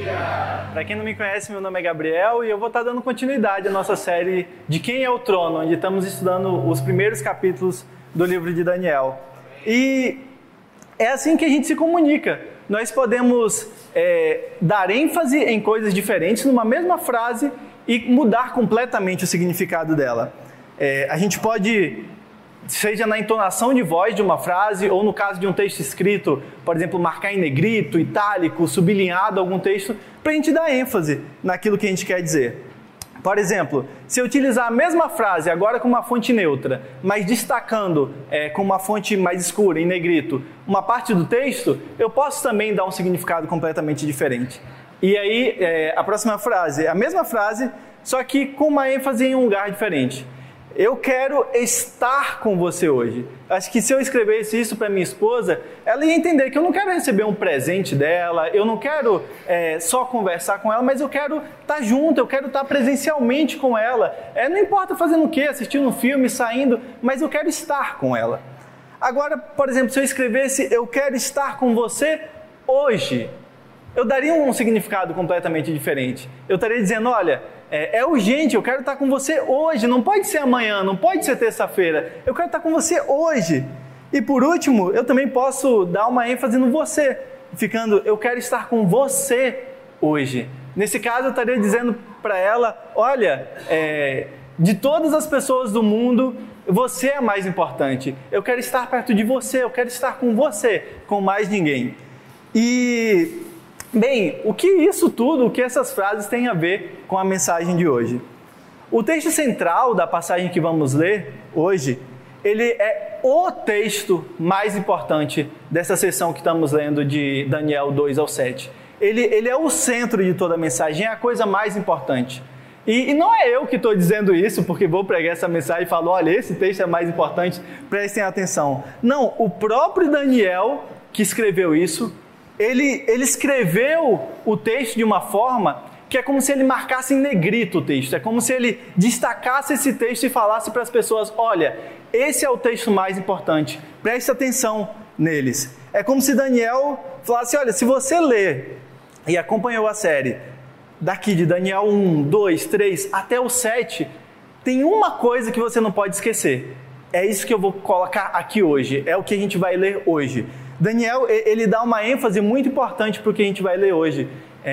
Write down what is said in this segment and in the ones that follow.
Para quem não me conhece, meu nome é Gabriel e eu vou estar dando continuidade à nossa série de Quem é o Trono, onde estamos estudando os primeiros capítulos do livro de Daniel. E é assim que a gente se comunica. Nós podemos dar ênfase em coisas diferentes numa mesma frase e mudar completamente o significado dela. A gente pode, seja na entonação de voz de uma frase, ou no caso de um texto escrito, por exemplo, marcar em negrito, itálico, sublinhado algum texto, para a gente dar ênfase naquilo que a gente quer dizer. Por exemplo, se eu utilizar a mesma frase agora com uma fonte neutra, mas destacando com uma fonte mais escura, em negrito, uma parte do texto, eu posso também dar um significado completamente diferente. E aí, a próxima frase, a mesma frase, só que com uma ênfase em um lugar diferente. Eu quero estar com você hoje. Acho que se eu escrevesse isso para minha esposa, ela ia entender que eu não quero receber um presente dela, eu não quero só conversar com ela, mas eu quero estar junto, eu quero estar presencialmente com ela. Não importa fazendo o quê, assistindo um filme, saindo, mas eu quero estar com ela. Agora, por exemplo, se eu escrevesse eu quero estar com você hoje, eu daria um significado completamente diferente. Eu estaria dizendo, olha, é urgente, eu quero estar com você hoje, não pode ser amanhã, não pode ser terça-feira, eu quero estar com você hoje. E por último, eu também posso dar uma ênfase no você, ficando, eu quero estar com você hoje. Nesse caso, eu estaria dizendo para ela, olha, de todas as pessoas do mundo, você é a mais importante. Eu quero estar perto de você, eu quero estar com você, com mais ninguém. E bem, o que isso tudo, o que essas frases têm a ver com a mensagem de hoje? O texto central da passagem que vamos ler hoje, ele é o texto mais importante dessa sessão que estamos lendo de Daniel 2 ao 7. Ele é o centro de toda a mensagem, é a coisa mais importante. E não é eu que estou dizendo isso, porque vou pregar essa mensagem e falo, olha, esse texto é mais importante, prestem atenção. Não, o próprio Daniel que escreveu isso, ele escreveu o texto de uma forma que é como se ele marcasse em negrito o texto. É como se ele destacasse esse texto e falasse para as pessoas, olha, esse é o texto mais importante, preste atenção neles. É como se Daniel falasse, olha, se você ler e acompanhou a série daqui de Daniel 1, 2, 3 até o 7, tem uma coisa que você não pode esquecer. É isso que eu vou colocar aqui hoje, é o que a gente vai ler hoje. Daniel, ele dá uma ênfase muito importante para o que a gente vai ler hoje.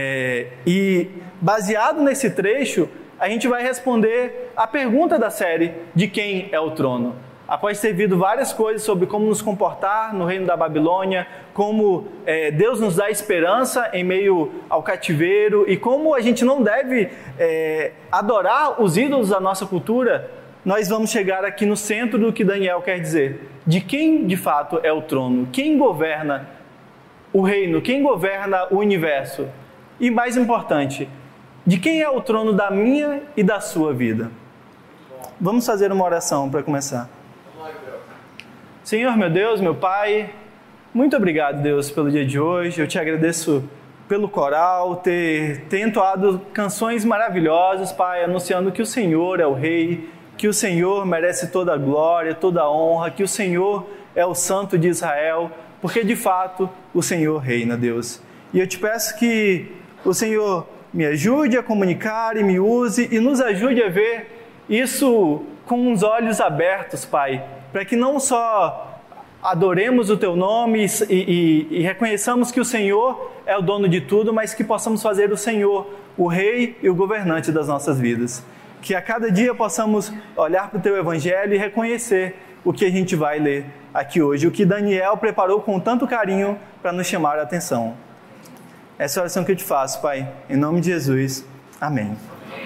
E baseado nesse trecho, a gente vai responder a pergunta da série de quem é o trono. Após ter visto várias coisas sobre como nos comportar no reino da Babilônia, como Deus nos dá esperança em meio ao cativeiro e como a gente não deve adorar os ídolos da nossa cultura, nós vamos chegar aqui no centro do que Daniel quer dizer. De quem de fato é o trono, quem governa o reino, quem governa o universo. E mais importante, de quem é o trono da minha e da sua vida. Vamos fazer uma oração para começar. Senhor, meu Deus, meu Pai, muito obrigado, Deus, pelo dia de hoje. Eu te agradeço pelo coral, ter entoado canções maravilhosas, Pai, anunciando que o Senhor é o Rei, que o Senhor merece toda a glória, toda a honra, que o Senhor é o Santo de Israel, porque de fato o Senhor reina, Deus. E eu te peço que o Senhor me ajude a comunicar e me use e nos ajude a ver isso com os olhos abertos, Pai, para que não só adoremos o Teu nome e reconheçamos que o Senhor é o dono de tudo, mas que possamos fazer do Senhor o Rei e o governante das nossas vidas. Que a cada dia possamos olhar para o Teu Evangelho e reconhecer o que a gente vai ler aqui hoje, o que Daniel preparou com tanto carinho para nos chamar a atenção. Essa é a oração que eu te faço, Pai, em nome de Jesus. Amém.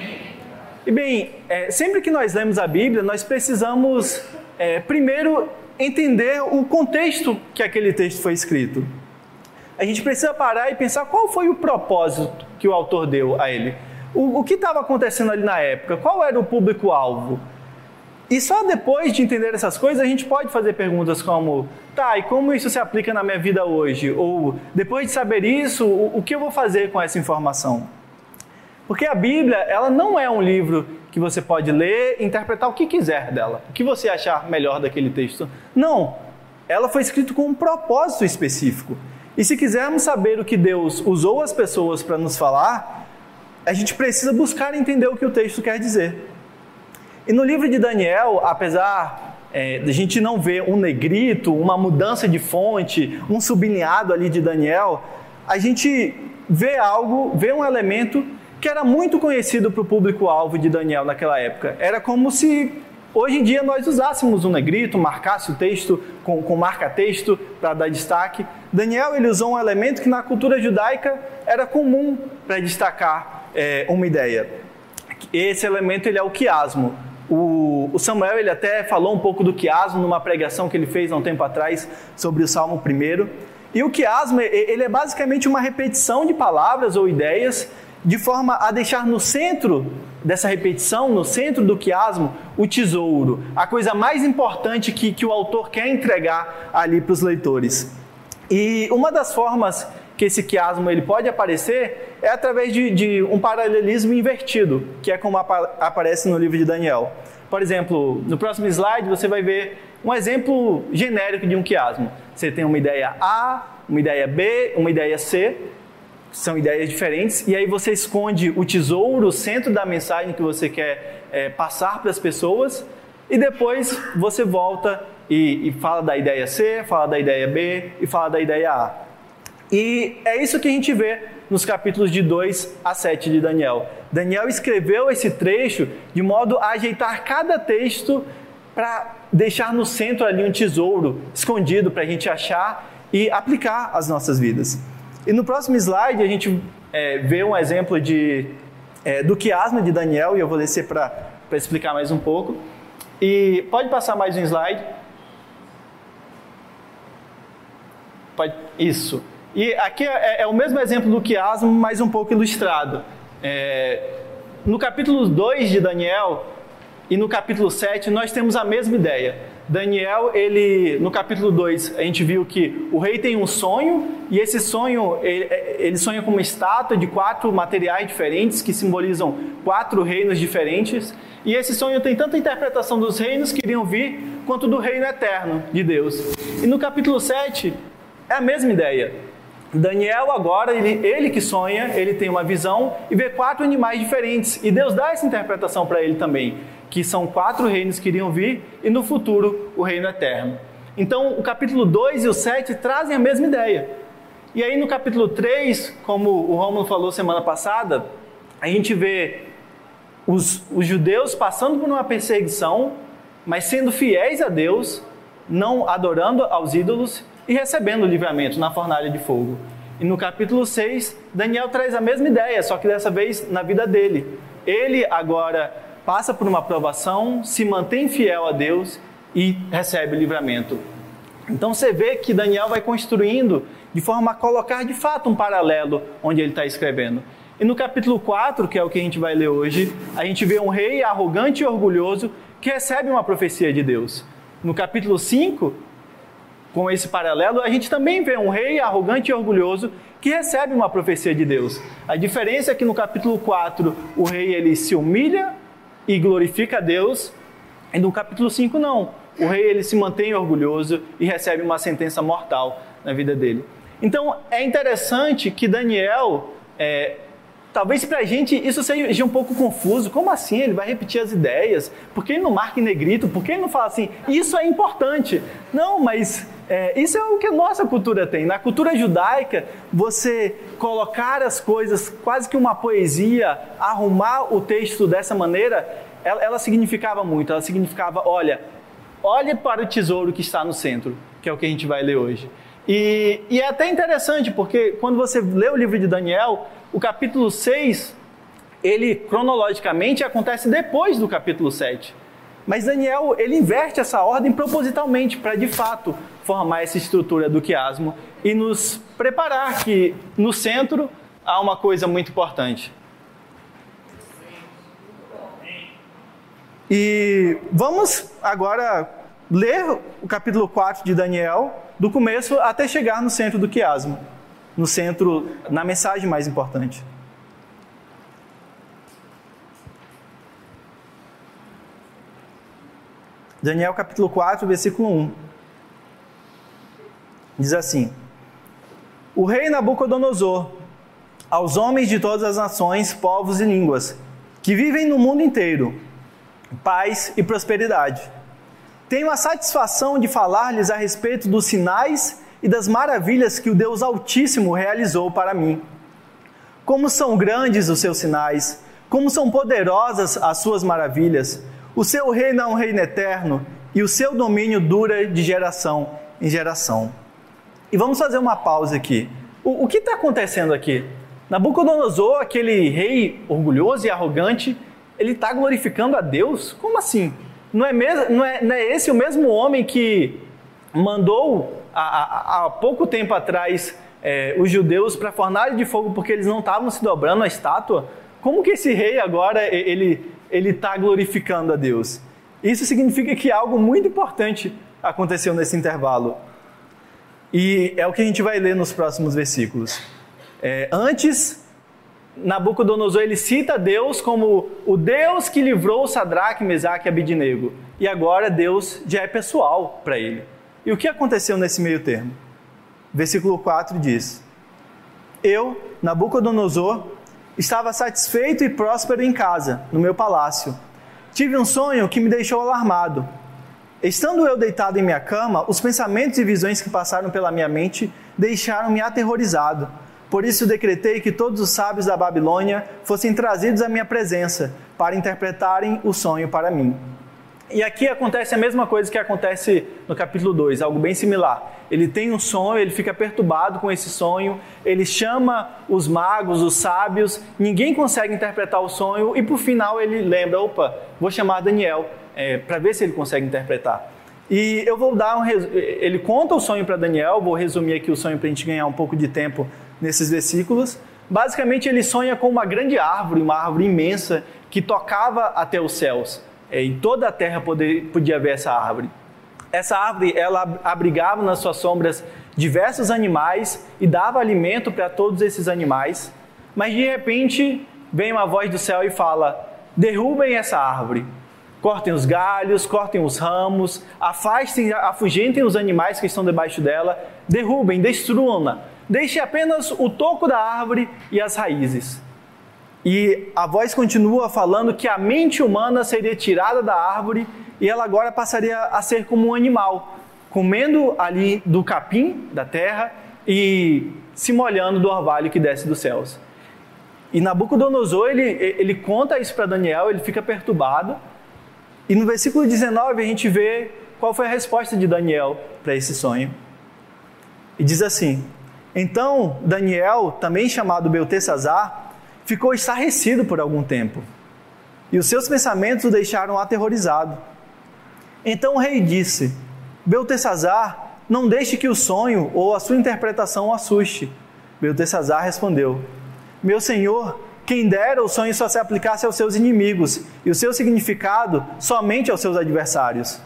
E bem, sempre que nós lemos a Bíblia, nós precisamos primeiro entender o contexto que aquele texto foi escrito. A gente precisa parar e pensar qual foi o propósito que o autor deu a ele. O que estava acontecendo ali na época? Qual era o público-alvo? E só depois de entender essas coisas, a gente pode fazer perguntas como, tá, e como isso se aplica na minha vida hoje? Ou, depois de saber isso, o que eu vou fazer com essa informação? Porque a Bíblia, ela não é um livro que você pode ler e interpretar o que quiser dela, o que você achar melhor daquele texto. Não, ela foi escrita com um propósito específico. E se quisermos saber o que Deus usou as pessoas para nos falar, a gente precisa buscar entender o que o texto quer dizer. E no livro de Daniel, apesar de a gente não ver um negrito, uma mudança de fonte, um sublinhado ali de Daniel, a gente vê um elemento que era muito conhecido para o público-alvo de Daniel naquela época. Era como se hoje em dia nós usássemos um negrito, marcasse o texto com marca-texto para dar destaque. Daniel ele usou um elemento que na cultura judaica era comum para destacar uma ideia. Esse elemento ele é o quiasmo. O Samuel ele até falou um pouco do quiasmo numa pregação que ele fez há um tempo atrás sobre o Salmo 1. E o quiasmo ele é basicamente uma repetição de palavras ou ideias de forma a deixar no centro dessa repetição, no centro do quiasmo, o tesouro, a coisa mais importante que o autor quer entregar ali para os leitores. E uma das formas que esse quiasmo ele pode aparecer é através de um paralelismo invertido, que é como aparece no livro de Daniel. Por exemplo, no próximo slide você vai ver um exemplo genérico de um quiasmo. Você tem uma ideia A, uma ideia B, uma ideia C, são ideias diferentes, e aí você esconde o tesouro, o centro da mensagem que você quer passar para as pessoas, e depois você volta e fala da ideia C, fala da ideia B e fala da ideia A. E é isso que a gente vê nos capítulos de 2 a 7 de Daniel. Daniel escreveu esse trecho de modo a ajeitar cada texto para deixar no centro ali um tesouro escondido para a gente achar e aplicar às nossas vidas. E no próximo slide a gente vê um exemplo do quiasmo de Daniel, e eu vou descer para explicar mais um pouco. E pode passar mais um slide? Isso. E aqui é o mesmo exemplo do quiasmo, mas um pouco ilustrado. No capítulo 2 de Daniel e no capítulo 7 nós temos a mesma ideia. Daniel, no capítulo 2, a gente viu que o rei tem um sonho, e esse sonho, ele sonha com uma estátua de 4 materiais diferentes, que simbolizam 4 reinos diferentes, e esse sonho tem tanto a interpretação dos reinos que iriam vir, quanto do reino eterno de Deus. E no capítulo 7, é a mesma ideia. Daniel agora, ele que sonha, ele tem uma visão e vê 4 animais diferentes, e Deus dá essa interpretação para ele também, que são 4 reinos que iriam vir, e no futuro o reino eterno. Então o capítulo 2 e o 7 trazem a mesma ideia. E aí no capítulo 3, como o Rômulo falou semana passada, a gente vê os judeus passando por uma perseguição, mas sendo fiéis a Deus, não adorando aos ídolos e recebendo o livramento na fornalha de fogo. E no capítulo 6, Daniel traz a mesma ideia, só que dessa vez na vida dele. Ele agora passa por uma provação, se mantém fiel a Deus e recebe o livramento. Então você vê que Daniel vai construindo de forma a colocar de fato um paralelo onde ele está escrevendo. E no capítulo 4, que é o que a gente vai ler hoje, a gente vê um rei arrogante e orgulhoso que recebe uma profecia de Deus. No capítulo 5, com esse paralelo, a gente também vê um rei arrogante e orgulhoso que recebe uma profecia de Deus. A diferença é que no capítulo 4, o rei ele se humilha e glorifica a Deus, e no capítulo 5 não. O rei ele se mantém orgulhoso e recebe uma sentença mortal na vida dele. Então é interessante que Daniel, talvez para a gente isso seja um pouco confuso. Como assim? Ele vai repetir as ideias? Por que ele não marca em negrito? Por que ele não fala assim, isso é importante? Não, mas isso é o que a nossa cultura tem. Na cultura judaica, você colocar as coisas, quase que uma poesia, arrumar o texto dessa maneira, ela significava muito. Ela significava, olhe para o tesouro que está no centro, que é o que a gente vai ler hoje. E é até interessante, porque quando você lê o livro de Daniel, o capítulo 6, ele cronologicamente acontece depois do capítulo 7. Mas Daniel, ele inverte essa ordem propositalmente para, de fato, formar essa estrutura do quiasmo e nos preparar que no centro há uma coisa muito importante. E vamos agora ler o capítulo 4 de Daniel, do começo até chegar no centro do quiasmo. No centro, na mensagem mais importante. Daniel capítulo 4, versículo 1. Diz assim: o rei Nabucodonosor, aos homens de todas as nações, povos e línguas, que vivem no mundo inteiro, paz e prosperidade. Tenho a satisfação de falar-lhes a respeito dos sinais e das maravilhas que o Deus Altíssimo realizou para mim. Como são grandes os seus sinais, como são poderosas as suas maravilhas. O seu reino é um reino eterno e o seu domínio dura de geração em geração. E vamos fazer uma pausa aqui. O que está acontecendo aqui? Nabucodonosor, aquele rei orgulhoso e arrogante, ele está glorificando a Deus? Como assim? Não é esse o mesmo homem que mandou há pouco tempo atrás os judeus para a fornalha de fogo porque eles não estavam se dobrando à estátua? Como que esse rei agora ele está glorificando a Deus? Isso significa que algo muito importante aconteceu nesse intervalo. E é o que a gente vai ler nos próximos versículos. Antes, Nabucodonosor ele cita Deus como o Deus que livrou Sadraque, Mesaque e Abidnego. E agora Deus já é pessoal para ele. E o que aconteceu nesse meio termo? Versículo 4 diz: Eu, Nabucodonosor, estava satisfeito e próspero em casa, no meu palácio. Tive um sonho que me deixou alarmado. Estando eu deitado em minha cama, os pensamentos e visões que passaram pela minha mente deixaram-me aterrorizado. Por isso decretei que todos os sábios da Babilônia fossem trazidos à minha presença, para interpretarem o sonho para mim. E aqui acontece a mesma coisa que acontece no capítulo 2, algo bem similar. Ele tem um sonho, ele fica perturbado com esse sonho, ele chama os magos, os sábios, ninguém consegue interpretar o sonho e por final ele lembra, vou chamar Daniel para ver se ele consegue interpretar. E eu vou dar ele conta o sonho para Daniel, vou resumir aqui o sonho para a gente ganhar um pouco de tempo nesses versículos. Basicamente ele sonha com uma grande árvore, uma árvore imensa que tocava até os céus. Em toda a terra podia ver essa árvore. Essa árvore, ela abrigava nas suas sombras diversos animais e dava alimento para todos esses animais. Mas de repente, vem uma voz do céu e fala: derrubem essa árvore, cortem os galhos, cortem os ramos, afugentem os animais que estão debaixo dela, derrubem, destruam-na, deixem apenas o toco da árvore e as raízes. E a voz continua falando que a mente humana seria tirada da árvore e ela agora passaria a ser como um animal, comendo ali do capim da terra e se molhando do orvalho que desce dos céus. E Nabucodonosor, ele conta isso para Daniel, ele fica perturbado. E no versículo 19 a gente vê qual foi a resposta de Daniel para esse sonho. E diz assim: Então Daniel, também chamado Beltesazar, ficou estarrecido por algum tempo, e os seus pensamentos o deixaram aterrorizado. Então o rei disse: Beltesazar, não deixe que o sonho ou a sua interpretação o assuste. Beltesazar respondeu: Meu senhor, quem dera o sonho só se aplicasse aos seus inimigos, e o seu significado somente aos seus adversários.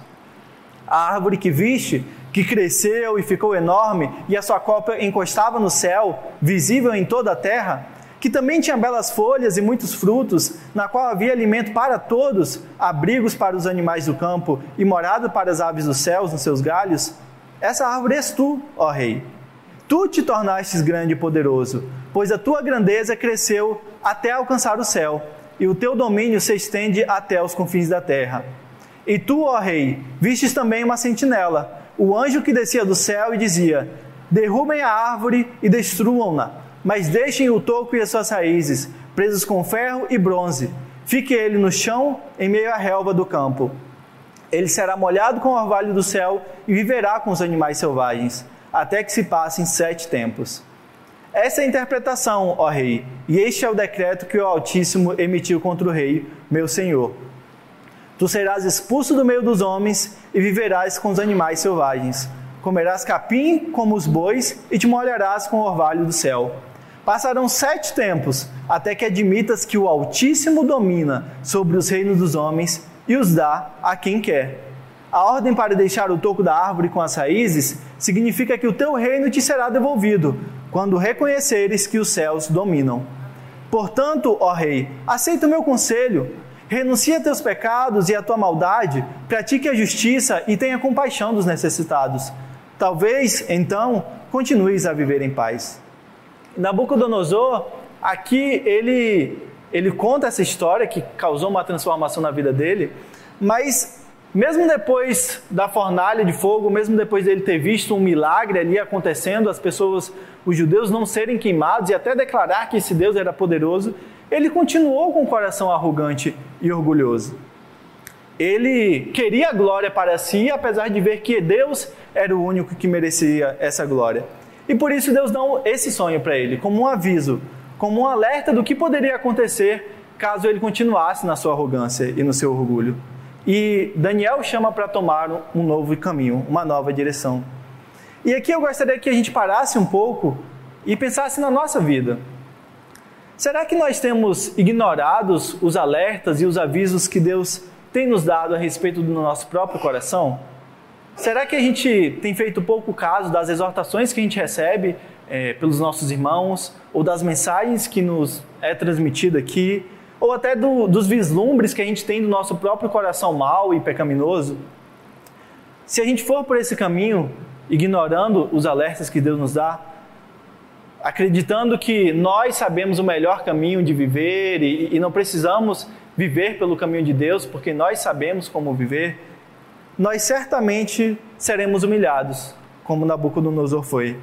A árvore que viste, que cresceu e ficou enorme, e a sua copa encostava no céu, visível em toda a terra, que também tinha belas folhas e muitos frutos, na qual havia alimento para todos, abrigos para os animais do campo e morada para as aves dos céus nos seus galhos, essa árvore és tu, ó rei. Tu te tornastes grande e poderoso, pois a tua grandeza cresceu até alcançar o céu, e o teu domínio se estende até os confins da terra. E tu, ó rei, vistes também uma sentinela, o anjo que descia do céu e dizia: derrubem a árvore e destruam-na, mas deixem o toco e as suas raízes, presos com ferro e bronze. Fique ele no chão, em meio à relva do campo. Ele será molhado com o orvalho do céu e viverá com os animais selvagens, até que se passem 7 tempos. Essa é a interpretação, ó rei, e este é o decreto que o Altíssimo emitiu contra o rei, meu senhor. Tu serás expulso do meio dos homens e viverás com os animais selvagens. Comerás capim como os bois e te molharás com o orvalho do céu. Passarão 7 tempos, até que admitas que o Altíssimo domina sobre os reinos dos homens e os dá a quem quer. A ordem para deixar o toco da árvore com as raízes significa que o teu reino te será devolvido, quando reconheceres que os céus dominam. Portanto, ó rei, aceita o meu conselho, renuncia a teus pecados e a tua maldade, pratique a justiça e tenha compaixão dos necessitados. Talvez, então, continues a viver em paz. Nabucodonosor, aqui ele conta essa história que causou uma transformação na vida dele, mas mesmo depois da fornalha de fogo, mesmo depois dele ter visto um milagre ali acontecendo, as pessoas, os judeus não serem queimados e até declarar que esse Deus era poderoso, ele continuou com o coração arrogante e orgulhoso. Ele queria glória para si, apesar de ver que Deus era o único que merecia essa glória. E por isso Deus dá esse sonho para ele, como um aviso, como um alerta do que poderia acontecer caso ele continuasse na sua arrogância e no seu orgulho. E Daniel chama para tomar um novo caminho, uma nova direção. E aqui eu gostaria que a gente parasse um pouco e pensasse na nossa vida. Será que nós temos ignorado os alertas e os avisos que Deus tem nos dado a respeito do nosso próprio coração? Será que a gente tem feito pouco caso das exortações que a gente recebe pelos nossos irmãos, ou das mensagens que nos é transmitida aqui, ou até dos vislumbres que a gente tem do nosso próprio coração mau e pecaminoso? Se a gente for por esse caminho, ignorando os alertas que Deus nos dá, acreditando que nós sabemos o melhor caminho de viver e não precisamos viver pelo caminho de Deus, porque nós sabemos como viver, nós certamente seremos humilhados, como Nabucodonosor foi.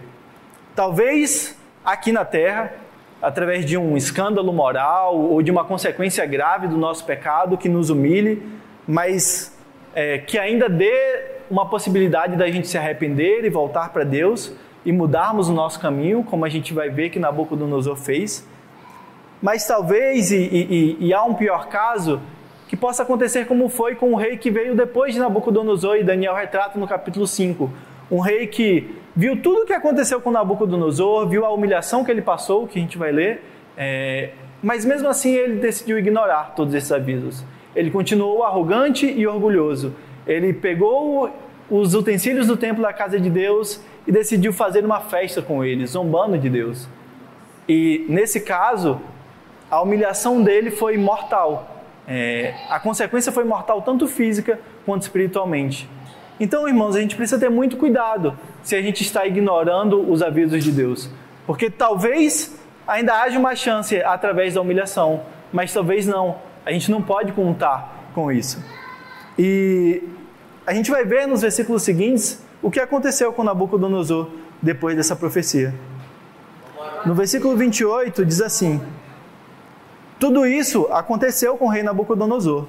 Talvez aqui na terra, através de um escândalo moral ou de uma consequência grave do nosso pecado que nos humilhe, mas que ainda dê uma possibilidade da gente se arrepender e voltar para Deus e mudarmos o nosso caminho, como a gente vai ver que Nabucodonosor fez. Mas talvez, e há um pior caso, que possa acontecer como foi com o rei que veio depois de Nabucodonosor, e Daniel retrata no capítulo 5. Um rei que viu tudo o que aconteceu com Nabucodonosor, viu a humilhação que ele passou, que a gente vai ler, mas mesmo assim ele decidiu ignorar todos esses avisos. Ele continuou arrogante e orgulhoso. Ele pegou os utensílios do templo da casa de Deus e decidiu fazer uma festa com eles, zombando de Deus. E nesse caso, a humilhação dele foi mortal. A consequência foi mortal tanto física quanto espiritualmente. Então, irmãos, a gente precisa ter muito cuidado se a gente está ignorando os avisos de Deus. Porque talvez ainda haja uma chance através da humilhação, mas talvez não. A gente não pode contar com isso. E a gente vai ver nos versículos seguintes o que aconteceu com Nabucodonosor depois dessa profecia. No versículo 28 diz assim: tudo isso aconteceu com o rei Nabucodonosor.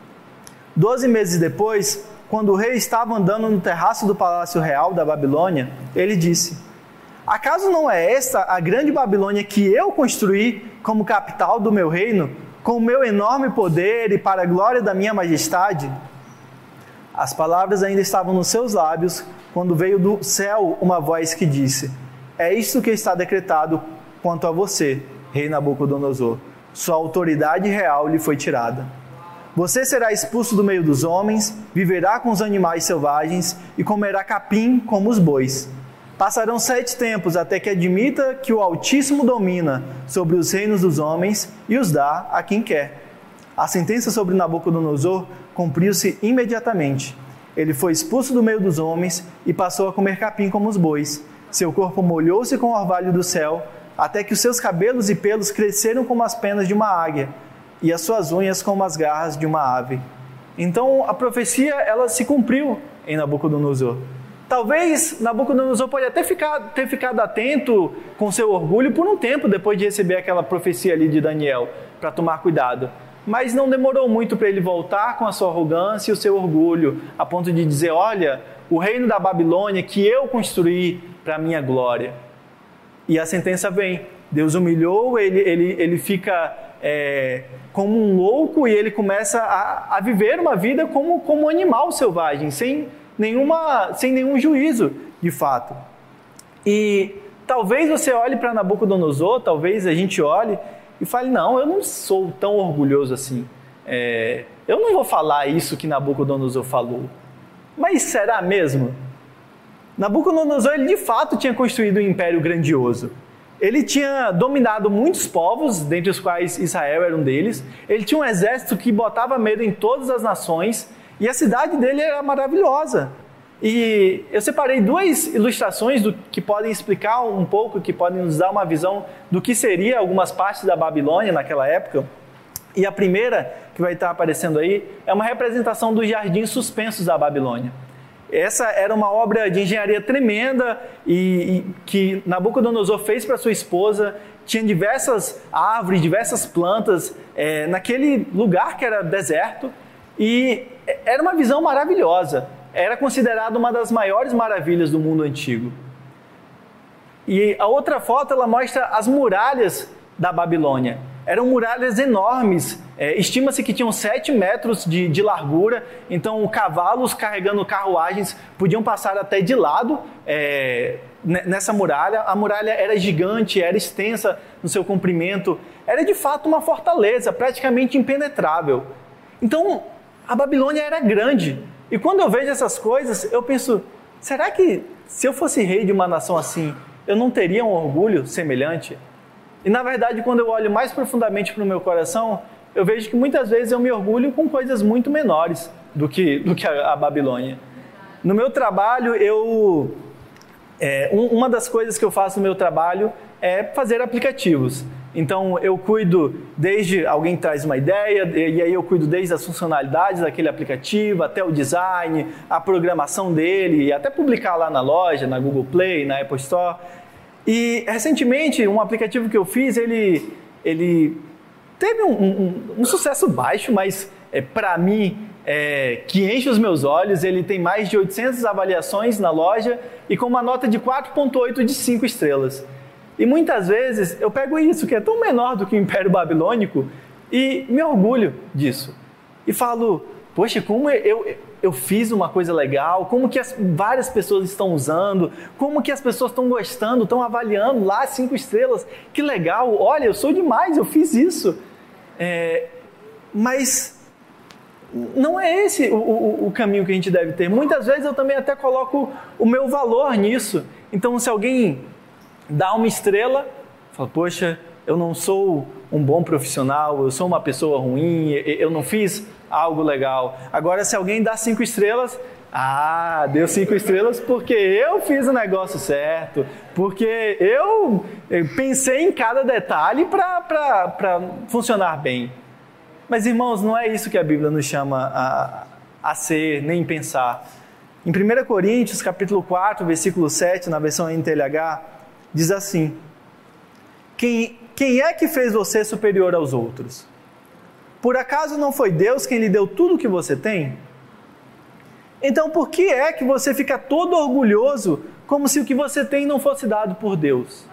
12 meses depois, quando o rei estava andando no terraço do palácio real da Babilônia, ele disse: acaso não é esta a grande Babilônia que eu construí como capital do meu reino, com o meu enorme poder e para a glória da minha majestade? As palavras ainda estavam nos seus lábios, quando veio do céu uma voz que disse: é isto que está decretado quanto a você, rei Nabucodonosor. Sua autoridade real lhe foi tirada. Você será expulso do meio dos homens, viverá com os animais selvagens e comerá capim como os bois. Passarão 7 tempos até que admita que o Altíssimo domina sobre os reinos dos homens e os dá a quem quer. A sentença sobre Nabucodonosor cumpriu-se imediatamente. Ele foi expulso do meio dos homens e passou a comer capim como os bois. Seu corpo molhou-se com o orvalho do céu, até que os seus cabelos e pelos cresceram como as penas de uma águia, e as suas unhas como as garras de uma ave. Então a profecia ela se cumpriu em Nabucodonosor. Talvez Nabucodonosor pode até ter ficado atento com seu orgulho por um tempo depois de receber aquela profecia ali de Daniel, para tomar cuidado. Mas não demorou muito para ele voltar com a sua arrogância e o seu orgulho, a ponto de dizer: olha, o reino da Babilônia que eu construí para a minha glória. E a sentença vem. Deus humilhou, ele fica como um louco e ele começa a viver uma vida como um animal selvagem, sem nenhum juízo, de fato. E talvez você olhe para Nabucodonosor, talvez a gente olhe e fale: não, eu não sou tão orgulhoso assim. Eu não vou falar isso que Nabucodonosor falou. Mas será mesmo? Nabucodonosor, ele de fato tinha construído um império grandioso. Ele tinha dominado muitos povos, dentre os quais Israel era um deles. Ele tinha um exército que botava medo em todas as nações. E a cidade dele era maravilhosa. E eu separei duas ilustrações que podem explicar um pouco, que podem nos dar uma visão do que seria algumas partes da Babilônia naquela época. E a primeira, que vai estar aparecendo aí, é uma representação dos jardins suspensos da Babilônia. Essa era uma obra de engenharia tremenda e que Nabucodonosor fez para sua esposa. Tinha diversas árvores, diversas plantas naquele lugar que era deserto. E era uma visão maravilhosa. Era considerada uma das maiores maravilhas do mundo antigo. E a outra foto, ela mostra as muralhas da Babilônia. Eram muralhas enormes, estima-se que tinham 7 metros de largura, então cavalos carregando carruagens podiam passar até de lado nessa muralha. A muralha era gigante, era extensa no seu comprimento, era de fato uma fortaleza, praticamente impenetrável. Então a Babilônia era grande, e quando eu vejo essas coisas, eu penso, será que se eu fosse rei de uma nação assim, eu não teria um orgulho semelhante? E na verdade, quando eu olho mais profundamente para o meu coração, eu vejo que muitas vezes eu me orgulho com coisas muito menores do que a Babilônia. No meu trabalho, uma das coisas que eu faço no meu trabalho é fazer aplicativos. Então eu cuido desde alguém traz uma ideia, e aí eu cuido desde as funcionalidades daquele aplicativo, até o design, a programação dele, e até publicar lá na loja, na Google Play, na Apple Store. E recentemente, um aplicativo que eu fiz, ele teve um sucesso baixo, mas para mim, que enche os meus olhos. Ele tem mais de 800 avaliações na loja e com uma nota de 4.8 de 5 estrelas. E muitas vezes eu pego isso, que é tão menor do que o Império Babilônico, e me orgulho disso. E falo, poxa, como eu fiz uma coisa legal, como que várias pessoas estão usando, como que as pessoas estão gostando, estão avaliando lá 5 estrelas, que legal, olha, eu sou demais, eu fiz isso. Mas não é esse o caminho que a gente deve ter. Muitas vezes eu também até coloco o meu valor nisso. Então, se alguém dá 1 estrela, fala, poxa, eu não sou um bom profissional, eu sou uma pessoa ruim, eu não fiz algo legal. Agora, se alguém dá 5 estrelas, deu 5 estrelas porque eu fiz o negócio certo, porque eu pensei em cada detalhe para funcionar bem. Mas, irmãos, não é isso que a Bíblia nos chama a ser, nem pensar. Em 1 Coríntios, capítulo 4, versículo 7, na versão NTLH, diz assim: Quem é que fez você superior aos outros? Por acaso não foi Deus quem lhe deu tudo o que você tem? Então por que é que você fica todo orgulhoso, como se o que você tem não fosse dado por Deus?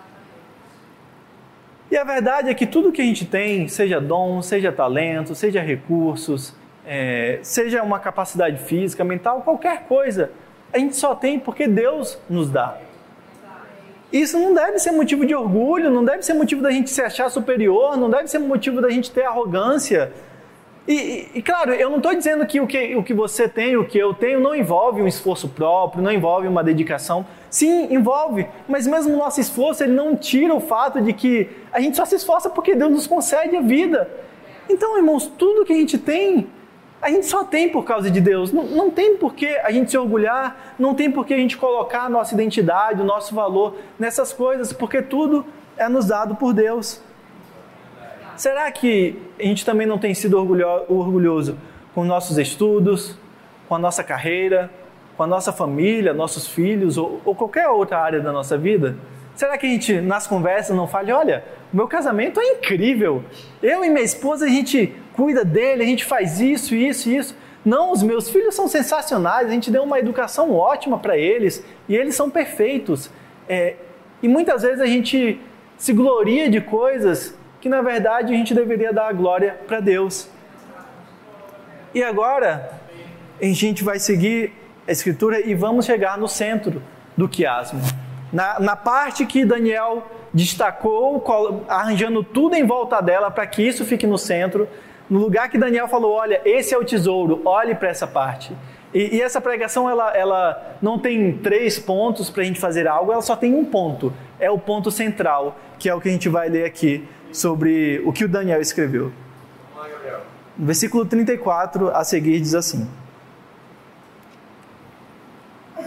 E a verdade é que tudo que a gente tem, seja dom, seja talento, seja recursos, seja uma capacidade física, mental, qualquer coisa, a gente só tem porque Deus nos dá. Isso não deve ser motivo de orgulho, não deve ser motivo da gente se achar superior, não deve ser motivo da gente ter arrogância. E claro, eu não estou dizendo que o que você tem, o que eu tenho, não envolve um esforço próprio, não envolve uma dedicação. Sim, envolve, mas mesmo o nosso esforço, ele não tira o fato de que a gente só se esforça porque Deus nos concede a vida. Então, irmãos, tudo que a gente tem, a gente só tem por causa de Deus. Não tem por que a gente se orgulhar, não tem por que a gente colocar a nossa identidade, o nosso valor nessas coisas, porque tudo é nos dado por Deus. Será que a gente também não tem sido orgulhoso com nossos estudos, com a nossa carreira, com a nossa família, nossos filhos ou qualquer outra área da nossa vida? Será que a gente, nas conversas, não fala, olha, o meu casamento é incrível, eu e minha esposa, a gente cuida dele, a gente faz isso, isso e isso. Não, os meus filhos são sensacionais, a gente deu uma educação ótima para eles e eles são perfeitos. E muitas vezes a gente se gloria de coisas que na verdade a gente deveria dar a glória para Deus. E agora a gente vai seguir a Escritura e vamos chegar no centro do quiasmo. Na parte que Daniel destacou, arranjando tudo em volta dela para que isso fique no centro, no lugar que Daniel falou, olha, esse é o tesouro, olhe para essa parte. E essa pregação, ela não tem 3 pontos para a gente fazer algo, ela só tem um ponto, é o ponto central, que é o que a gente vai ler aqui, sobre o que o Daniel escreveu. No versículo 34 a seguir diz assim: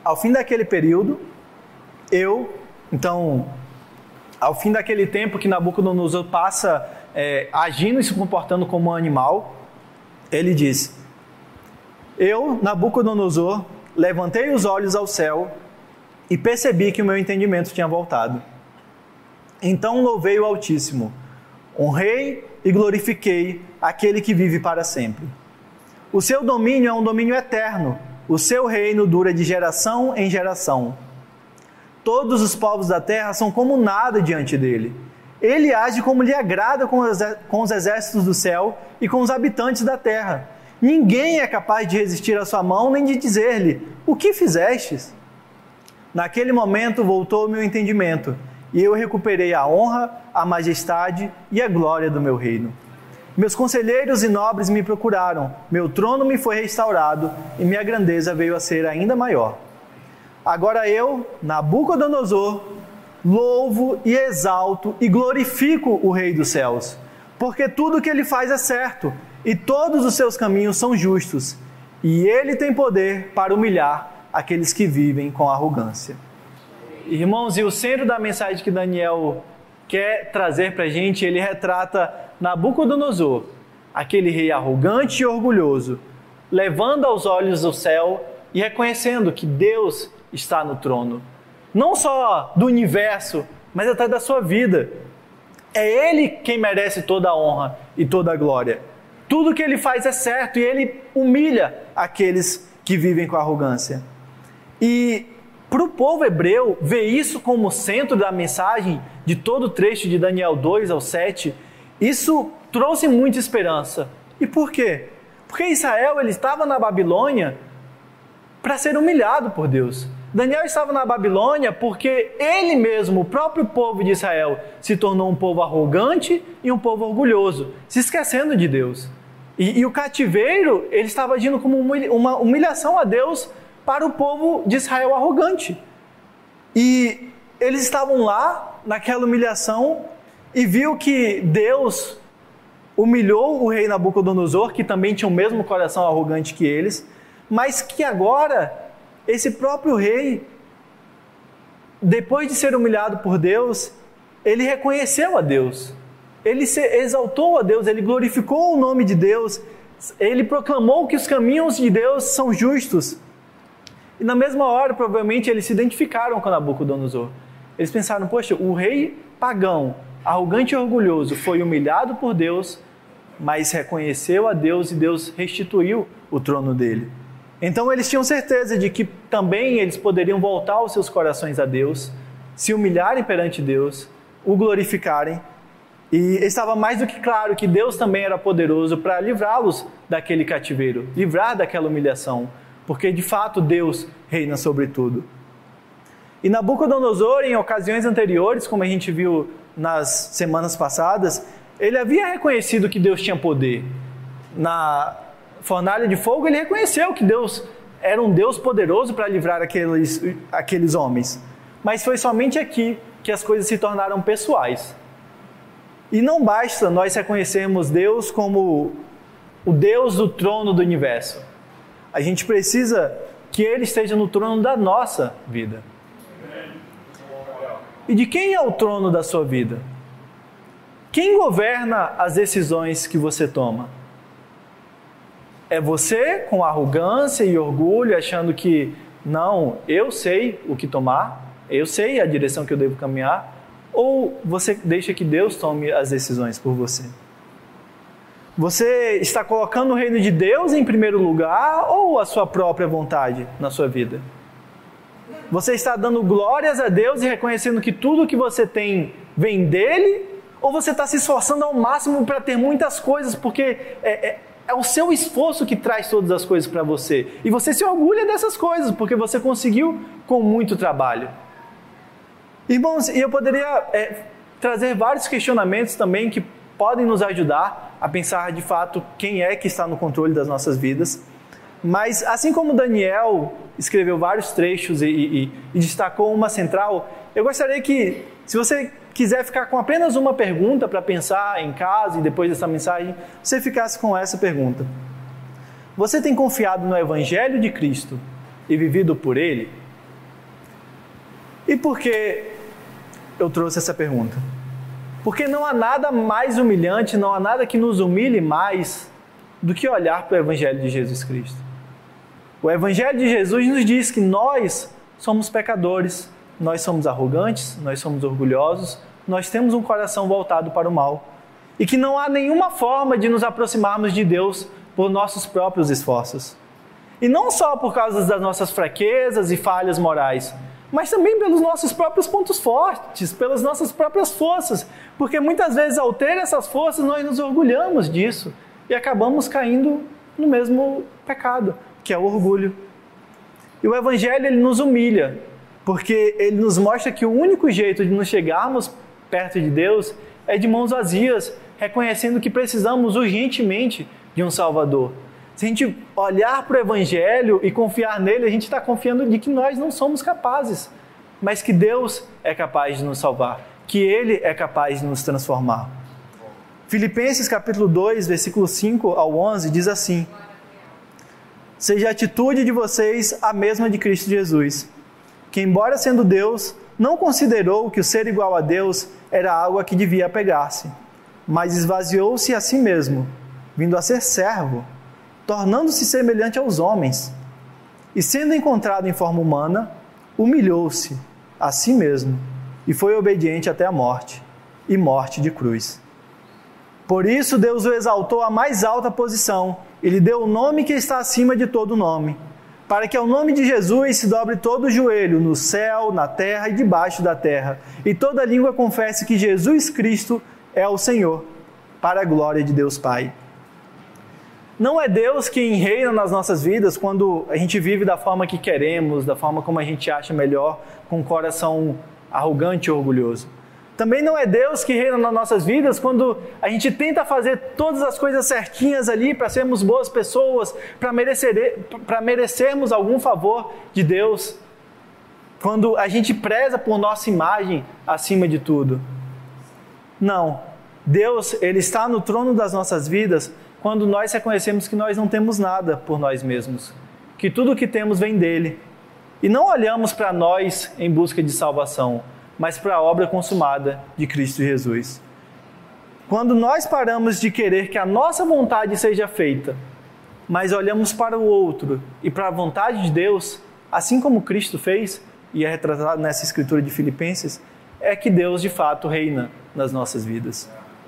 ao fim daquele período, ao fim daquele tempo que Nabucodonosor passa agindo e se comportando como um animal, ele diz: eu, Nabucodonosor, levantei os olhos ao céu e percebi que o meu entendimento tinha voltado. Então louvei o Altíssimo, honrei e glorifiquei aquele que vive para sempre. O seu domínio é um domínio eterno, o seu reino dura de geração em geração. Todos os povos da terra são como nada diante dele. Ele age como lhe agrada com os exércitos do céu e com os habitantes da terra. Ninguém é capaz de resistir à sua mão, nem de dizer-lhe: o que fizestes? Naquele momento voltou o meu entendimento, e eu recuperei a honra, a majestade e a glória do meu reino. Meus conselheiros e nobres me procuraram, meu trono me foi restaurado, e minha grandeza veio a ser ainda maior. Agora eu, Nabucodonosor, louvo e exalto e glorifico o Rei dos céus, porque tudo o que ele faz é certo, e todos os seus caminhos são justos, e ele tem poder para humilhar aqueles que vivem com arrogância. Irmãos, e o centro da mensagem que Daniel quer trazer para a gente, ele retrata Nabucodonosor, aquele rei arrogante e orgulhoso, levando aos olhos o céu e reconhecendo que Deus está no trono, não só do universo, mas até da sua vida. É Ele quem merece toda a honra e toda a glória. Tudo que Ele faz é certo e Ele humilha aqueles que vivem com arrogância. E para o povo hebreu, ver isso como centro da mensagem de todo o trecho de Daniel 2 ao 7, isso trouxe muita esperança. E por quê? Porque Israel ele estava na Babilônia para ser humilhado por Deus. Daniel estava na Babilônia porque ele mesmo, o próprio povo de Israel, se tornou um povo arrogante e um povo orgulhoso, se esquecendo de Deus. E o cativeiro, ele estava agindo como uma humilhação a Deus para o povo de Israel arrogante. E eles estavam lá, naquela humilhação, e viu que Deus humilhou o rei Nabucodonosor, que também tinha o mesmo coração arrogante que eles, mas que agora esse próprio rei, depois de ser humilhado por Deus, ele reconheceu a Deus, ele se exaltou a Deus, ele glorificou o nome de Deus, ele proclamou que os caminhos de Deus são justos. E na mesma hora, provavelmente, eles se identificaram com Nabucodonosor. Eles pensaram: poxa, o rei pagão, arrogante e orgulhoso, foi humilhado por Deus, mas reconheceu a Deus e Deus restituiu o trono dele. Então eles tinham certeza de que também eles poderiam voltar os seus corações a Deus, se humilharem perante Deus, o glorificarem. E estava mais do que claro que Deus também era poderoso para livrá-los daquele cativeiro, livrar daquela humilhação, porque de fato Deus reina sobre tudo. E Nabucodonosor, em ocasiões anteriores, como a gente viu nas semanas passadas, ele havia reconhecido que Deus tinha poder. Na fornalha de fogo, ele reconheceu que Deus era um Deus poderoso para livrar aqueles homens. Mas foi somente aqui que as coisas se tornaram pessoais. E não basta nós reconhecermos Deus como o Deus do trono do universo. A gente precisa que Ele esteja no trono da nossa vida. E de quem é o trono da sua vida? Quem governa as decisões que você toma? É você com arrogância e orgulho, achando que, não, eu sei o que tomar, eu sei a direção que eu devo caminhar, ou você deixa que Deus tome as decisões por você? Você está colocando o reino de Deus em primeiro lugar ou a sua própria vontade na sua vida? Você está dando glórias a Deus e reconhecendo que tudo que você tem vem dele? Ou você está se esforçando ao máximo para ter muitas coisas porque é o seu esforço que traz todas as coisas para você? E você se orgulha dessas coisas porque você conseguiu com muito trabalho. Irmãos, e eu poderia trazer vários questionamentos também que podem nos ajudar a pensar de fato quem é que está no controle das nossas vidas. Mas assim como Daniel escreveu vários trechos e destacou uma central, eu gostaria que, se você quiser ficar com apenas uma pergunta para pensar em casa e depois dessa mensagem, você ficasse com essa pergunta: você tem confiado no Evangelho de Cristo e vivido por Ele? E por que eu trouxe essa pergunta? Porque não há nada mais humilhante, não há nada que nos humilhe mais do que olhar para o Evangelho de Jesus Cristo. O Evangelho de Jesus nos diz que nós somos pecadores, nós somos arrogantes, nós somos orgulhosos, nós temos um coração voltado para o mal e que não há nenhuma forma de nos aproximarmos de Deus por nossos próprios esforços. E não só por causa das nossas fraquezas e falhas morais, mas também pelos nossos próprios pontos fortes, pelas nossas próprias forças, porque muitas vezes ao ter essas forças nós nos orgulhamos disso e acabamos caindo no mesmo pecado, que é o orgulho. E o Evangelho ele nos humilha, porque ele nos mostra que o único jeito de nos chegarmos perto de Deus é de mãos vazias, reconhecendo que precisamos urgentemente de um Salvador. Se a gente olhar para o Evangelho e confiar nele, a gente está confiando de que nós não somos capazes, mas que Deus é capaz de nos salvar, que Ele é capaz de nos transformar. Filipenses capítulo 2, versículo 5 ao 11, diz assim: seja a atitude de vocês a mesma de Cristo Jesus, que embora sendo Deus, não considerou que o ser igual a Deus era algo a que devia apegar-se, mas esvaziou-se a si mesmo, vindo a ser servo, tornando-se semelhante aos homens, e sendo encontrado em forma humana, humilhou-se a si mesmo, e foi obediente até a morte, e morte de cruz. Por isso Deus o exaltou à mais alta posição, e lhe deu o nome que está acima de todo nome, para que ao nome de Jesus se dobre todo o joelho, no céu, na terra e debaixo da terra, e toda língua confesse que Jesus Cristo é o Senhor, para a glória de Deus Pai. Não é Deus quem reina nas nossas vidas quando a gente vive da forma que queremos, da forma como a gente acha melhor, com um coração arrogante e orgulhoso. Também não é Deus que reina nas nossas vidas quando a gente tenta fazer todas as coisas certinhas ali para sermos boas pessoas, para merecermos algum favor de Deus. Quando a gente preza por nossa imagem acima de tudo. Não. Deus, Ele está no trono das nossas vidas quando nós reconhecemos que nós não temos nada por nós mesmos, que tudo o que temos vem dele. E não olhamos para nós em busca de salvação, mas para a obra consumada de Cristo Jesus. Quando nós paramos de querer que a nossa vontade seja feita, mas olhamos para o outro e para a vontade de Deus, assim como Cristo fez, e é retratado nessa escritura de Filipenses, é que Deus de fato reina nas nossas vidas.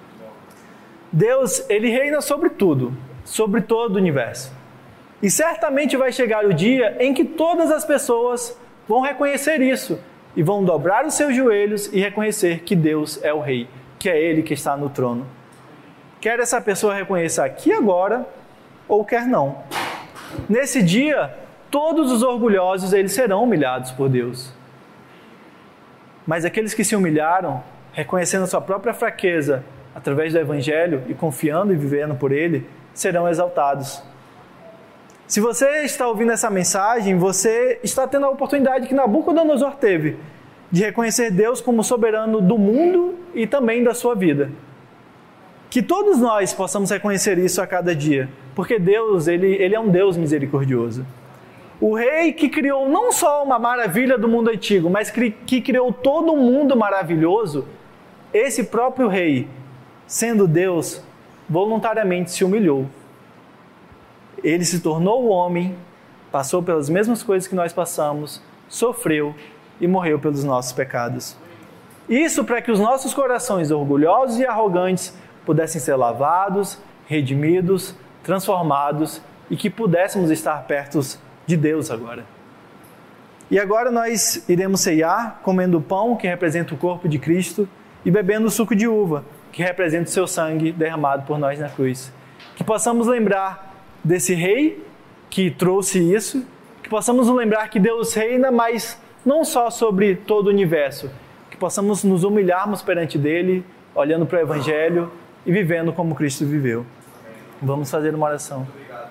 Deus, Ele reina sobre tudo, sobre todo o universo. E certamente vai chegar o dia em que todas as pessoas vão reconhecer isso e vão dobrar os seus joelhos e reconhecer que Deus é o Rei, que é Ele que está no trono. Quer essa pessoa reconheça aqui agora ou quer não. Nesse dia, todos os orgulhosos eles serão humilhados por Deus. Mas aqueles que se humilharam, reconhecendo a sua própria fraqueza, através do Evangelho e confiando e vivendo por ele, serão exaltados. Se você está ouvindo essa mensagem, você está tendo a oportunidade que Nabucodonosor teve de reconhecer Deus como soberano do mundo e também da sua vida. Que todos nós possamos reconhecer isso a cada dia, porque Deus, ele é um Deus misericordioso. O Rei que criou não só uma maravilha do mundo antigo, mas que criou todo um mundo maravilhoso, esse próprio Rei, sendo Deus, voluntariamente se humilhou. Ele se tornou homem, passou pelas mesmas coisas que nós passamos, sofreu e morreu pelos nossos pecados. Isso para que os nossos corações orgulhosos e arrogantes pudessem ser lavados, redimidos, transformados e que pudéssemos estar perto de Deus agora. E agora nós iremos ceiar comendo o pão que representa o corpo de Cristo e bebendo o suco de uva que representa o seu sangue derramado por nós na cruz. Que possamos lembrar desse Rei que trouxe isso, que possamos nos lembrar que Deus reina, mas não só sobre todo o universo, que possamos nos humilharmos perante dele, olhando para o Evangelho e vivendo como Cristo viveu. Vamos fazer uma oração.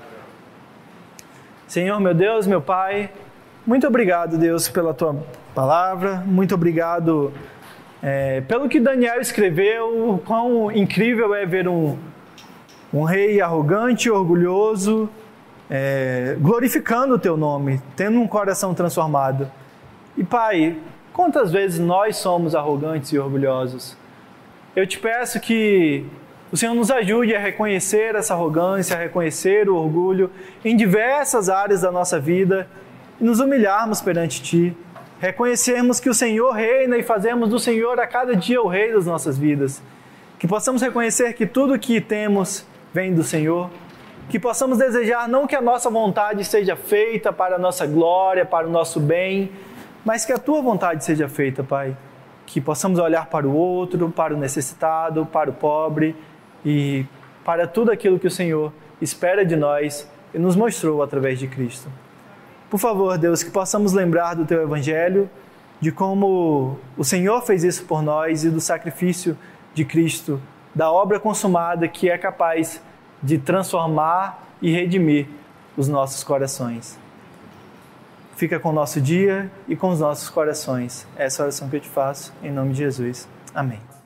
Senhor, meu Deus, meu Pai, muito obrigado, Deus, pela Tua palavra, muito obrigado pelo que Daniel escreveu, quão incrível é ver um rei arrogante, orgulhoso, glorificando o Teu nome, tendo um coração transformado. E Pai, Quantas vezes nós somos arrogantes e orgulhosos? Eu te peço que o Senhor nos ajude a reconhecer essa arrogância, a reconhecer o orgulho em diversas áreas da nossa vida e nos humilharmos perante Ti. Reconhecermos que o Senhor reina e fazermos do Senhor a cada dia o Rei das nossas vidas. Que possamos reconhecer que tudo que temos vem do Senhor. Que possamos desejar não que a nossa vontade seja feita para a nossa glória, para o nosso bem, mas que a Tua vontade seja feita, Pai. Que possamos olhar para o outro, para o necessitado, para o pobre e para tudo aquilo que o Senhor espera de nós e nos mostrou através de Cristo. Por favor, Deus, que possamos lembrar do Teu Evangelho, de como o Senhor fez isso por nós e do sacrifício de Cristo, da obra consumada que é capaz de transformar e redimir os nossos corações. Fica com o nosso dia e com os nossos corações. Essa é a oração que eu te faço, em nome de Jesus. Amém.